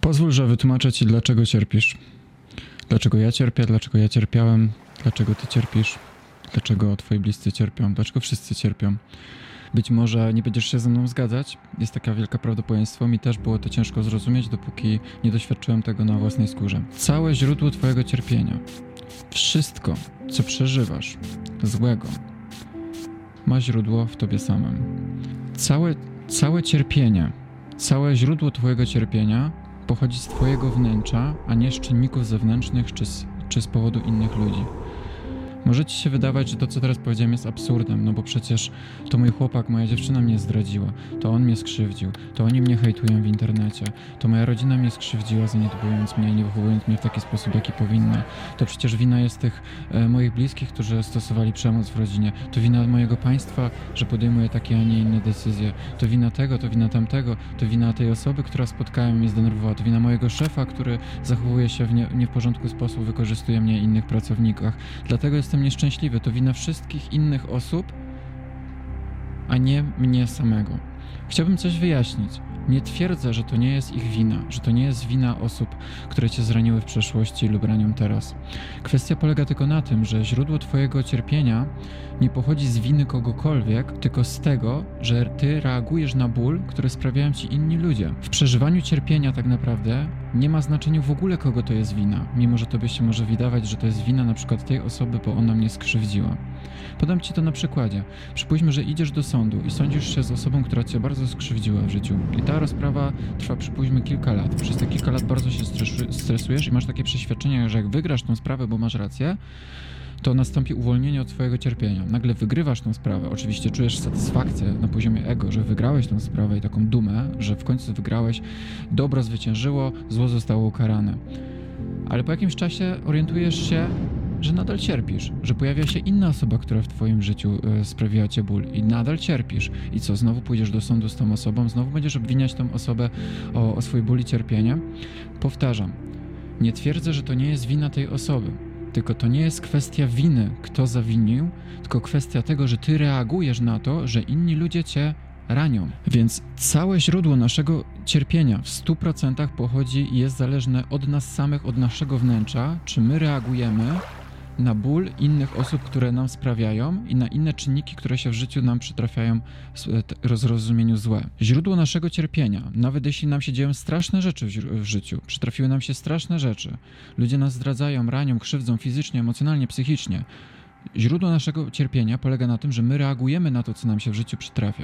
Pozwól, że wytłumaczę ci, dlaczego cierpisz. Dlaczego ja cierpię, dlaczego ja cierpiałem, dlaczego ty cierpisz, dlaczego twoi bliscy cierpią, dlaczego wszyscy cierpią. Być może nie będziesz się ze mną zgadzać, jest taka wielka prawdopodobieństwo, mi też było to ciężko zrozumieć, dopóki nie doświadczyłem tego na własnej skórze. Całe źródło twojego cierpienia, wszystko, co przeżywasz złego, ma źródło w tobie samym. Całe cierpienie, całe źródło twojego cierpienia pochodzi z twojego wnętrza, a nie z czynników zewnętrznych czy z powodu innych ludzi. Może ci się wydawać, że to, co teraz powiedziałem, jest absurdem, no bo przecież to mój chłopak, moja dziewczyna mnie zdradziła, to on mnie skrzywdził, to oni mnie hejtują w internecie, to moja rodzina mnie skrzywdziła, zaniedbując mnie i nie wychowując mnie w taki sposób, jaki powinna. To przecież wina jest tych moich bliskich, którzy stosowali przemoc w rodzinie. To wina mojego państwa, że podejmuje takie, a nie inne decyzje. To wina tego, to wina tamtego, to wina tej osoby, która spotkałem i mnie zdenerwowała. To wina mojego szefa, który zachowuje się w nie w porządku sposób, wykorzystuje mnie i innych pracowników. Dlatego jestem nieszczęśliwy. To wina wszystkich innych osób, a nie mnie samego. Chciałbym coś wyjaśnić. Nie twierdzę, że to nie jest ich wina, że to nie jest wina osób, które cię zraniły w przeszłości lub ranią teraz. Kwestia polega tylko na tym, że źródło twojego cierpienia nie pochodzi z winy kogokolwiek, tylko z tego, że ty reagujesz na ból, który sprawiają ci inni ludzie. W przeżywaniu cierpienia tak naprawdę nie ma znaczenia w ogóle, kogo to jest wina, mimo że tobie się może wydawać, że to jest wina na przykład tej osoby, bo ona mnie skrzywdziła. Podam ci to na przykładzie. Przypuśćmy, że idziesz do sądu i sądzisz się z osobą, która cię bardzo skrzywdziła w życiu. I ta rozprawa trwa, przypuśćmy, kilka lat. Przez te kilka lat bardzo się stresujesz i masz takie przeświadczenie, że jak wygrasz tą sprawę, bo masz rację, to nastąpi uwolnienie od twojego cierpienia. Nagle wygrywasz tą sprawę. Oczywiście czujesz satysfakcję na poziomie ego, że wygrałeś tą sprawę i taką dumę, że w końcu wygrałeś, dobro zwyciężyło, zło zostało ukarane. Ale po jakimś czasie orientujesz się, że nadal cierpisz, że pojawia się inna osoba, która w twoim życiu sprawiła cię ból i nadal cierpisz. I co, znowu pójdziesz do sądu z tą osobą, znowu będziesz obwiniać tą osobę o swój ból i cierpienie? Powtarzam, nie twierdzę, że to nie jest wina tej osoby, tylko to nie jest kwestia winy, kto zawinił, tylko kwestia tego, że ty reagujesz na to, że inni ludzie cię ranią. Więc całe źródło naszego cierpienia w 100% pochodzi i jest zależne od nas samych, od naszego wnętrza, czy my reagujemy na ból innych osób, które nam sprawiają i na inne czynniki, które się w życiu nam przytrafiają w zrozumieniu złe. Źródło naszego cierpienia, nawet jeśli nam się dzieją straszne rzeczy w życiu, przytrafiły nam się straszne rzeczy, ludzie nas zdradzają, ranią, krzywdzą fizycznie, emocjonalnie, psychicznie. Źródło naszego cierpienia polega na tym, że my reagujemy na to, co nam się w życiu przytrafia.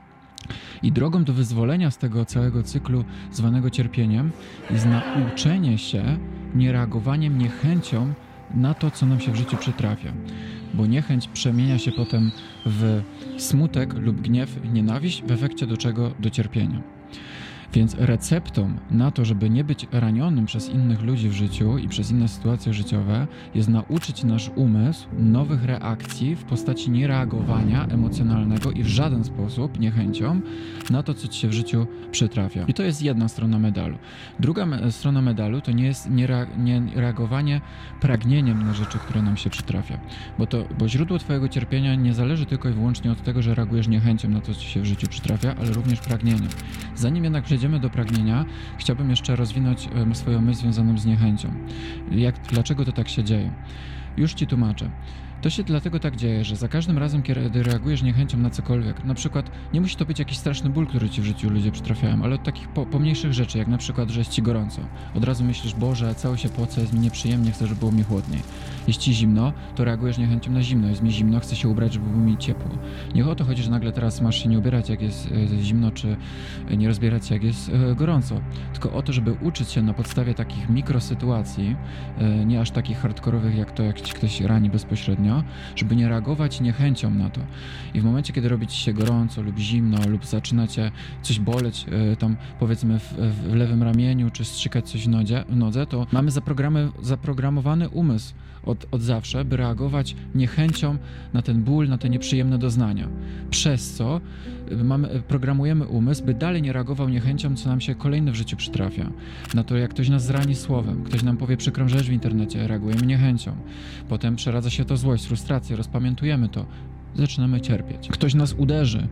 I drogą do wyzwolenia z tego całego cyklu zwanego cierpieniem jest nauczenie się niereagowaniem niechęcią na to, co nam się w życiu przytrafia. Bo niechęć przemienia się potem w smutek lub gniew, nienawiść, w efekcie do czego? Do cierpienia. Więc receptą na to, żeby nie być ranionym przez innych ludzi w życiu i przez inne sytuacje życiowe, jest nauczyć nasz umysł nowych reakcji w postaci niereagowania emocjonalnego i w żaden sposób niechęcią na to, co ci się w życiu przytrafia. I to jest jedna strona medalu. Druga strona medalu to nie jest reagowanie pragnieniem na rzeczy, które nam się przytrafia. Bo źródło twojego cierpienia nie zależy tylko i wyłącznie od tego, że reagujesz niechęcią na to, co ci się w życiu przytrafia, ale również pragnieniem. Zanim jednak przejdziemy do pragnienia, chciałbym jeszcze rozwinąć swoją myśl związaną z niechęcią. Dlaczego to tak się dzieje? Już ci tłumaczę. To się dlatego tak dzieje, że za każdym razem, kiedy reagujesz niechęcią na cokolwiek, na przykład nie musi to być jakiś straszny ból, który ci w życiu ludzie przytrafiają, ale od takich pomniejszych rzeczy, jak na przykład, że jest ci gorąco. Od razu myślisz, Boże, cały się pocę, jest mi nieprzyjemnie, chcę, żeby było mi chłodniej. Jest ci zimno, to reagujesz niechęcią na zimno. Jest mi zimno, chcę się ubrać, żeby było mi ciepło. Nie o to chodzi, że nagle teraz masz się nie ubierać, jak jest zimno, czy nie rozbierać się, jak jest gorąco. Tylko o to, żeby uczyć się na podstawie takich mikrosytuacji, nie aż takich hardkorowych, jak to, jak ci ktoś rani bezpośrednio, żeby nie reagować niechęcią na to. I w momencie, kiedy robi ci się gorąco lub zimno, lub zaczyna cię coś boleć, tam powiedzmy w lewym ramieniu, czy strzykać coś w nodze, to mamy zaprogramowany umysł od zawsze, by reagować niechęcią na ten ból, na te nieprzyjemne doznania. Przez co programujemy umysł, by dalej nie reagował niechęcią, co nam się kolejne w życiu przytrafia. Na to, jak ktoś nas zrani słowem, ktoś nam powie przykrą rzecz w internecie, reagujemy niechęcią. Potem przeradza się to złość, frustrację, rozpamiętujemy to. Zaczynamy cierpieć. Ktoś nas uderzy,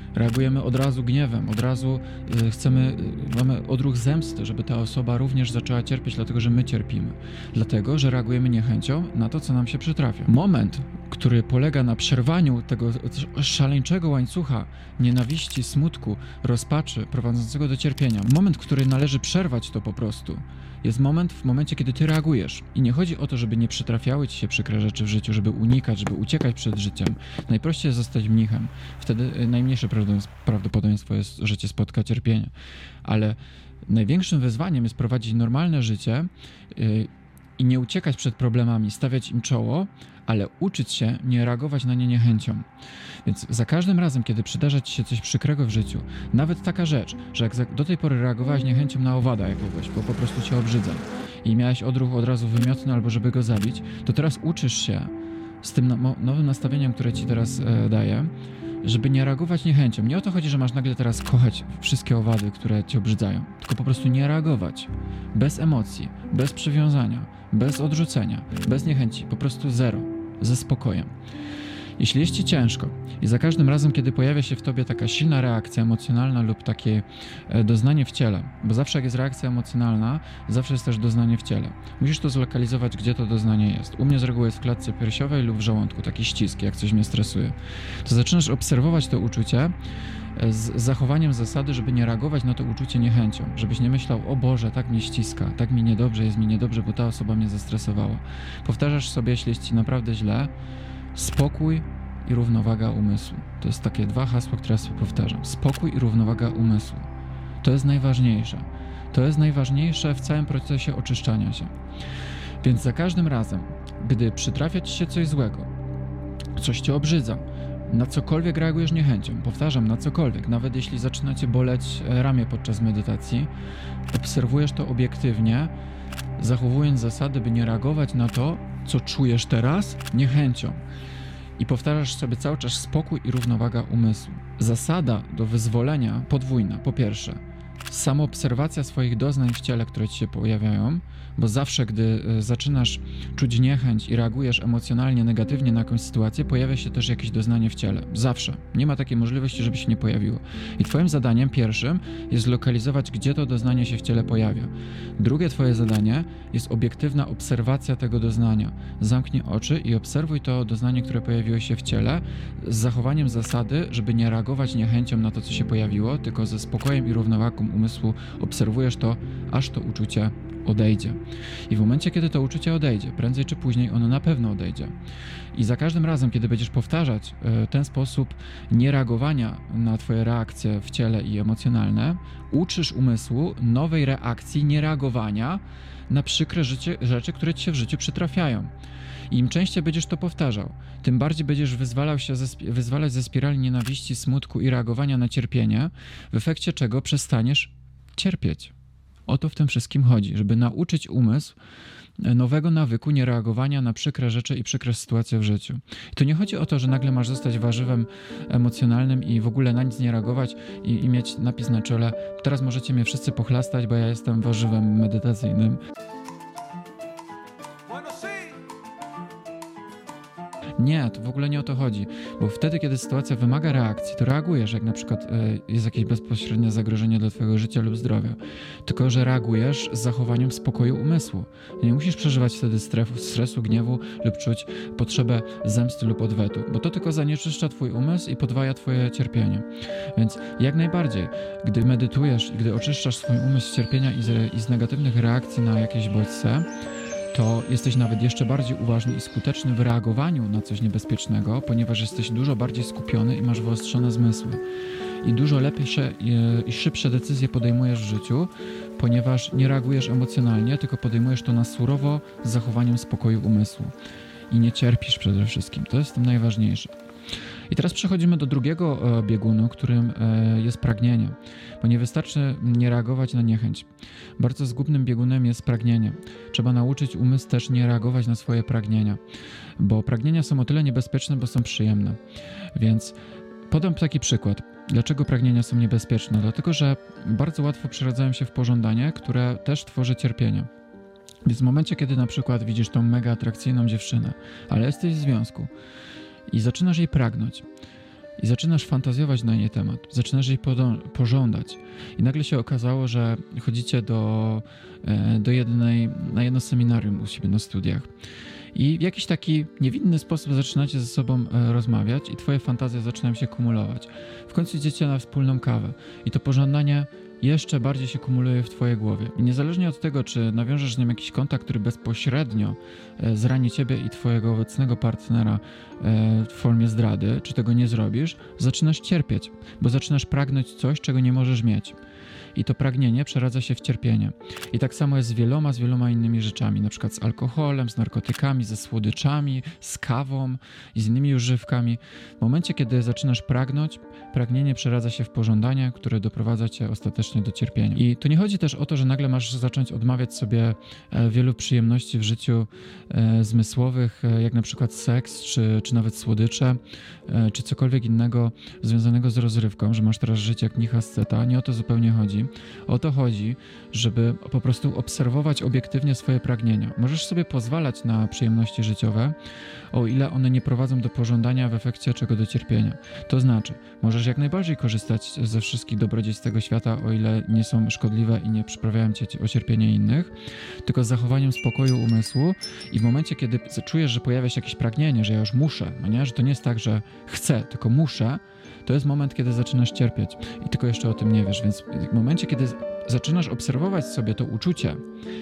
Reagujemy od razu gniewem, od razu mamy odruch zemsty, żeby ta osoba również zaczęła cierpieć, dlatego że my cierpimy. Dlatego, że reagujemy niechęcią na to, co nam się przytrafia. Moment, który polega na przerwaniu tego szaleńczego łańcucha nienawiści, smutku, rozpaczy prowadzącego do cierpienia. Moment, który należy przerwać to po prostu. Jest w momencie, kiedy ty reagujesz. I nie chodzi o to, żeby nie przytrafiały ci się przykre rzeczy w życiu, żeby unikać, żeby uciekać przed życiem. Najprościej jest zostać mnichem. Wtedy najmniejsze prawdopodobieństwo jest, że cię spotka cierpienie. Ale największym wyzwaniem jest prowadzić normalne życie i nie uciekać przed problemami, stawiać im czoło, ale uczyć się nie reagować na nie niechęcią. Więc za każdym razem, kiedy przydarza ci się coś przykrego w życiu, nawet taka rzecz, że jak do tej pory reagowałeś niechęcią na owada jakiegoś, bo po prostu cię obrzydza i miałeś odruch od razu wymiotny albo żeby go zabić, to teraz uczysz się z tym nowym nastawieniem, które ci teraz daję, żeby nie reagować niechęcią. Nie o to chodzi, że masz nagle teraz kochać wszystkie owady, które cię obrzydzają, tylko po prostu nie reagować. Bez emocji, bez przywiązania, bez odrzucenia, bez niechęci, po prostu zero, ze spokojem. Jeśli jest ci ciężko i za każdym razem, kiedy pojawia się w tobie taka silna reakcja emocjonalna lub takie doznanie w ciele, bo zawsze jak jest reakcja emocjonalna, zawsze jest też doznanie w ciele. Musisz to zlokalizować, gdzie to doznanie jest. U mnie z reguły jest w klatce piersiowej lub w żołądku, taki ścisk, jak coś mnie stresuje. To zaczynasz obserwować to uczucie z zachowaniem zasady, żeby nie reagować na to uczucie niechęcią. Żebyś nie myślał, o Boże, tak mnie ściska, tak mi niedobrze, jest mi niedobrze, bo ta osoba mnie zestresowała. Powtarzasz sobie, jeśli jest ci naprawdę źle, spokój i równowaga umysłu. To jest takie 2 hasła, które ja sobie powtarzam. Spokój i równowaga umysłu. To jest najważniejsze. To jest najważniejsze w całym procesie oczyszczania się. Więc za każdym razem, gdy przytrafia ci się coś złego, coś cię obrzydza, na cokolwiek reagujesz niechęcią, powtarzam, na cokolwiek, nawet jeśli zaczyna cię boleć ramię podczas medytacji, obserwujesz to obiektywnie, zachowując zasady, by nie reagować na to, co czujesz teraz, niechęcią. I powtarzasz sobie cały czas spokój i równowaga umysłu. Zasada do wyzwolenia podwójna. Po pierwsze, samoobserwacja swoich doznań w ciele, które ci się pojawiają, bo zawsze, gdy zaczynasz czuć niechęć i reagujesz emocjonalnie, negatywnie na jakąś sytuację, pojawia się też jakieś doznanie w ciele. Zawsze. Nie ma takiej możliwości, żeby się nie pojawiło. I twoim zadaniem pierwszym jest zlokalizować, gdzie to doznanie się w ciele pojawia. Drugie twoje zadanie jest obiektywna obserwacja tego doznania. Zamknij oczy i obserwuj to doznanie, które pojawiło się w ciele, z zachowaniem zasady, żeby nie reagować niechęcią na to, co się pojawiło, tylko ze spokojem i równowagą umysłu obserwujesz to, aż to uczucie odejdzie. I w momencie, kiedy to uczucie odejdzie, prędzej czy później ono na pewno odejdzie. I za każdym razem, kiedy będziesz powtarzać ten sposób niereagowania na twoje reakcje w ciele i emocjonalne, uczysz umysłu nowej reakcji niereagowania na przykre rzeczy, które ci się w życiu przytrafiają. I im częściej będziesz to powtarzał, tym bardziej będziesz wyzwalać ze spirali nienawiści, smutku i reagowania na cierpienie, w efekcie czego przestaniesz cierpieć. O to w tym wszystkim chodzi, żeby nauczyć umysł nowego nawyku niereagowania na przykre rzeczy i przykre sytuacje w życiu. I to nie chodzi o to, że nagle masz zostać warzywem emocjonalnym i w ogóle na nic nie reagować i mieć napis na czole: teraz możecie mnie wszyscy pochlastać, bo ja jestem warzywem medytacyjnym. Nie, to w ogóle nie o to chodzi, bo wtedy, kiedy sytuacja wymaga reakcji, to reagujesz, jak na przykład jest jakieś bezpośrednie zagrożenie dla twojego życia lub zdrowia, tylko że reagujesz z zachowaniem spokoju umysłu. Nie musisz przeżywać wtedy stresu, gniewu lub czuć potrzebę zemsty lub odwetu, bo to tylko zanieczyszcza twój umysł i podwaja twoje cierpienie. Więc jak najbardziej, gdy medytujesz i gdy oczyszczasz swój umysł z cierpienia i z negatywnych reakcji na jakieś bodźce, to jesteś nawet jeszcze bardziej uważny i skuteczny w reagowaniu na coś niebezpiecznego, ponieważ jesteś dużo bardziej skupiony i masz wyostrzone zmysły. I dużo lepsze i szybsze decyzje podejmujesz w życiu, ponieważ nie reagujesz emocjonalnie, tylko podejmujesz to na surowo z zachowaniem spokoju umysłu. I nie cierpisz przede wszystkim. To jest w tym najważniejsze. I teraz przechodzimy do drugiego biegunu, którym jest pragnienie, bo nie wystarczy nie reagować na niechęć. Bardzo zgubnym biegunem jest pragnienie. Trzeba nauczyć umysł też nie reagować na swoje pragnienia, bo pragnienia są o tyle niebezpieczne, bo są przyjemne. Więc podam taki przykład. Dlaczego pragnienia są niebezpieczne? Dlatego, że bardzo łatwo przeradzają się w pożądanie, które też tworzy cierpienie. Więc w momencie, kiedy na przykład widzisz tą mega atrakcyjną dziewczynę, ale jesteś w związku i zaczynasz jej pragnąć, i zaczynasz fantazjować na jej temat, zaczynasz jej pożądać i nagle się okazało, że chodzicie na jedno seminarium u siebie na studiach i w jakiś taki niewinny sposób zaczynacie ze sobą rozmawiać i twoje fantazje zaczynają się kumulować. W końcu idziecie na wspólną kawę i to pożądanie jeszcze bardziej się kumuluje w twojej głowie. I niezależnie od tego, czy nawiążesz z nim jakiś kontakt, który bezpośrednio zrani ciebie i twojego obecnego partnera w formie zdrady, czy tego nie zrobisz, zaczynasz cierpieć, bo zaczynasz pragnąć coś, czego nie możesz mieć. I to pragnienie przeradza się w cierpienie. I tak samo jest z wieloma innymi rzeczami, na przykład z alkoholem, z narkotykami, ze słodyczami, z kawą i z innymi używkami. W momencie, kiedy zaczynasz pragnąć, pragnienie przeradza się w pożądanie, które doprowadza cię ostatecznie do cierpienia. I tu nie chodzi też o to, że nagle masz zacząć odmawiać sobie wielu przyjemności w życiu zmysłowych, jak na przykład seks, czy nawet słodycze, czy cokolwiek innego związanego z rozrywką, że masz teraz żyć jak mnich asceta. Nie o to zupełnie chodzi. O to chodzi, żeby po prostu obserwować obiektywnie swoje pragnienia. Możesz sobie pozwalać na przyjemności życiowe, o ile one nie prowadzą do pożądania, w efekcie czego do cierpienia. To znaczy, możesz jak najbardziej korzystać ze wszystkich dobrodziejstw tego świata, o ile nie są szkodliwe i nie przyprawiają cię o cierpienie innych, tylko z zachowaniem spokoju umysłu i w momencie, kiedy czujesz, że pojawia się jakieś pragnienie, że ja już muszę, no nie? Że to nie jest tak, że chcę, tylko muszę, to jest moment, kiedy zaczynasz cierpieć i tylko jeszcze o tym nie wiesz, więc w momencie, kiedy zaczynasz obserwować sobie to uczucie,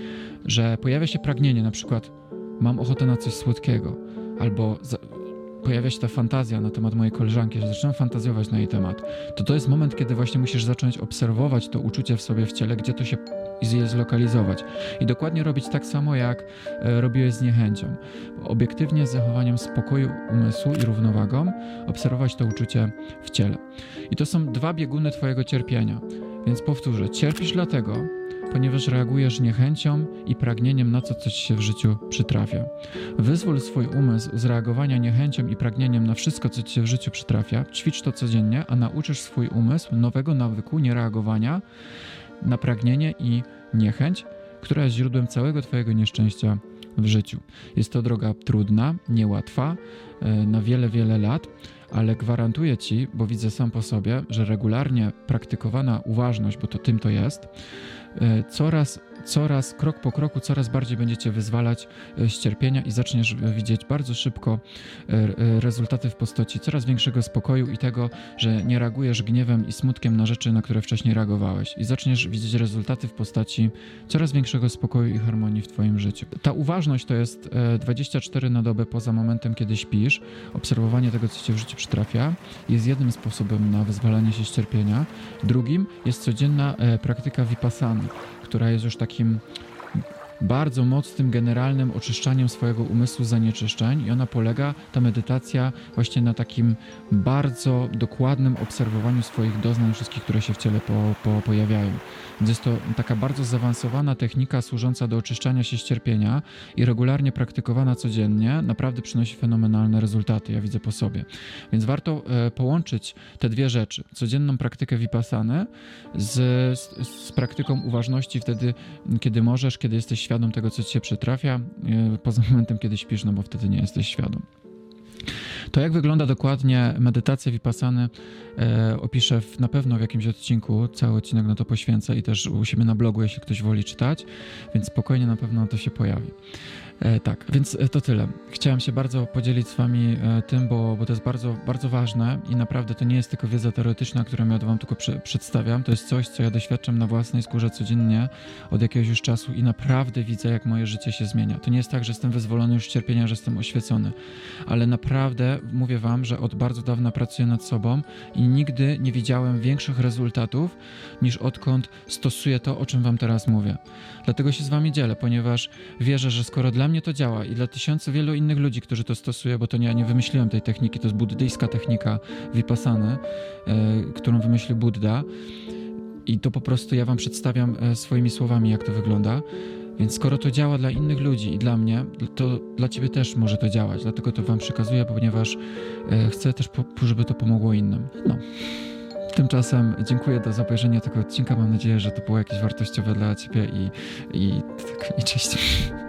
że pojawia się pragnienie, na przykład mam ochotę na coś słodkiego, albo pojawia się ta fantazja na temat mojej koleżanki, że zaczynam fantazjować na jej temat, to jest moment, kiedy właśnie musisz zacząć obserwować to uczucie w sobie w ciele, gdzie to się je zlokalizować. I dokładnie robić tak samo, jak robiłeś z niechęcią. Obiektywnie z zachowaniem spokoju umysłu i równowagą obserwować to uczucie w ciele. I to są dwa bieguny twojego cierpienia. Więc powtórzę, cierpisz dlatego, ponieważ reagujesz niechęcią i pragnieniem na co ci się w życiu przytrafia. Wyzwól swój umysł z reagowania niechęcią i pragnieniem na wszystko, co ci się w życiu przytrafia. Ćwicz to codziennie, a nauczysz swój umysł nowego nawyku niereagowania na pragnienie i niechęć, która jest źródłem całego twojego nieszczęścia w życiu. Jest to droga trudna, niełatwa, na wiele lat, ale gwarantuję ci, bo widzę sam po sobie, że regularnie praktykowana uważność, bo to tym to jest, coraz krok po kroku, coraz bardziej będziecie wyzwalać z cierpienia i zaczniesz widzieć bardzo szybko rezultaty w postaci coraz większego spokoju i tego, że nie reagujesz gniewem i smutkiem na rzeczy, na które wcześniej reagowałeś. I zaczniesz widzieć rezultaty w postaci coraz większego spokoju i harmonii w twoim życiu. Ta uważność to jest 24 na dobę poza momentem, kiedy śpisz. Obserwowanie tego, co ci w życiu przytrafia, jest jednym sposobem na wyzwalanie się z cierpienia. Drugim jest codzienna praktyka vipassany, która jest już takim bardzo mocnym, generalnym oczyszczaniem swojego umysłu z zanieczyszczeń i ona polega, ta medytacja, właśnie na takim bardzo dokładnym obserwowaniu swoich doznań wszystkich, które się w ciele pojawiają. Więc jest to taka bardzo zaawansowana technika służąca do oczyszczania się z cierpienia i regularnie praktykowana codziennie naprawdę przynosi fenomenalne rezultaty, ja widzę po sobie. Więc warto połączyć te dwie rzeczy, codzienną praktykę vipassany z praktyką uważności wtedy, kiedy możesz, kiedy jesteś świadom tego, co ci się przytrafia, poza momentem, kiedy śpisz, no bo wtedy nie jesteś świadom. To, jak wygląda dokładnie medytacja vipassany, opiszę na pewno w jakimś odcinku, cały odcinek na to poświęcę i też u siebie na blogu, jeśli ktoś woli czytać, więc spokojnie na pewno to się pojawi. Tak, więc to tyle. Chciałem się bardzo podzielić z wami tym, bo to jest bardzo, bardzo ważne i naprawdę to nie jest tylko wiedza teoretyczna, którą ja wam tylko przedstawiam. To jest coś, co ja doświadczam na własnej skórze codziennie od jakiegoś już czasu i naprawdę widzę, jak moje życie się zmienia. To nie jest tak, że jestem wyzwolony już z cierpienia, że jestem oświecony, ale naprawdę mówię wam, że od bardzo dawna pracuję nad sobą i nigdy nie widziałem większych rezultatów niż odkąd stosuję to, o czym wam teraz mówię. Dlatego się z wami dzielę, ponieważ wierzę, że skoro dla mnie to działa i dla tysięcy wielu innych ludzi, którzy to stosują, bo to ja nie wymyśliłem tej techniki, to jest buddyjska technika vipassany, którą wymyślił Buddha i to po prostu ja wam przedstawiam swoimi słowami, jak to wygląda. Więc skoro to działa dla innych ludzi i dla mnie, to dla ciebie też może to działać. Dlatego to wam przekazuję, ponieważ chcę też, żeby to pomogło innym. No. Tymczasem dziękuję za obejrzenie tego odcinka. Mam nadzieję, że to było jakieś wartościowe dla ciebie i cześć.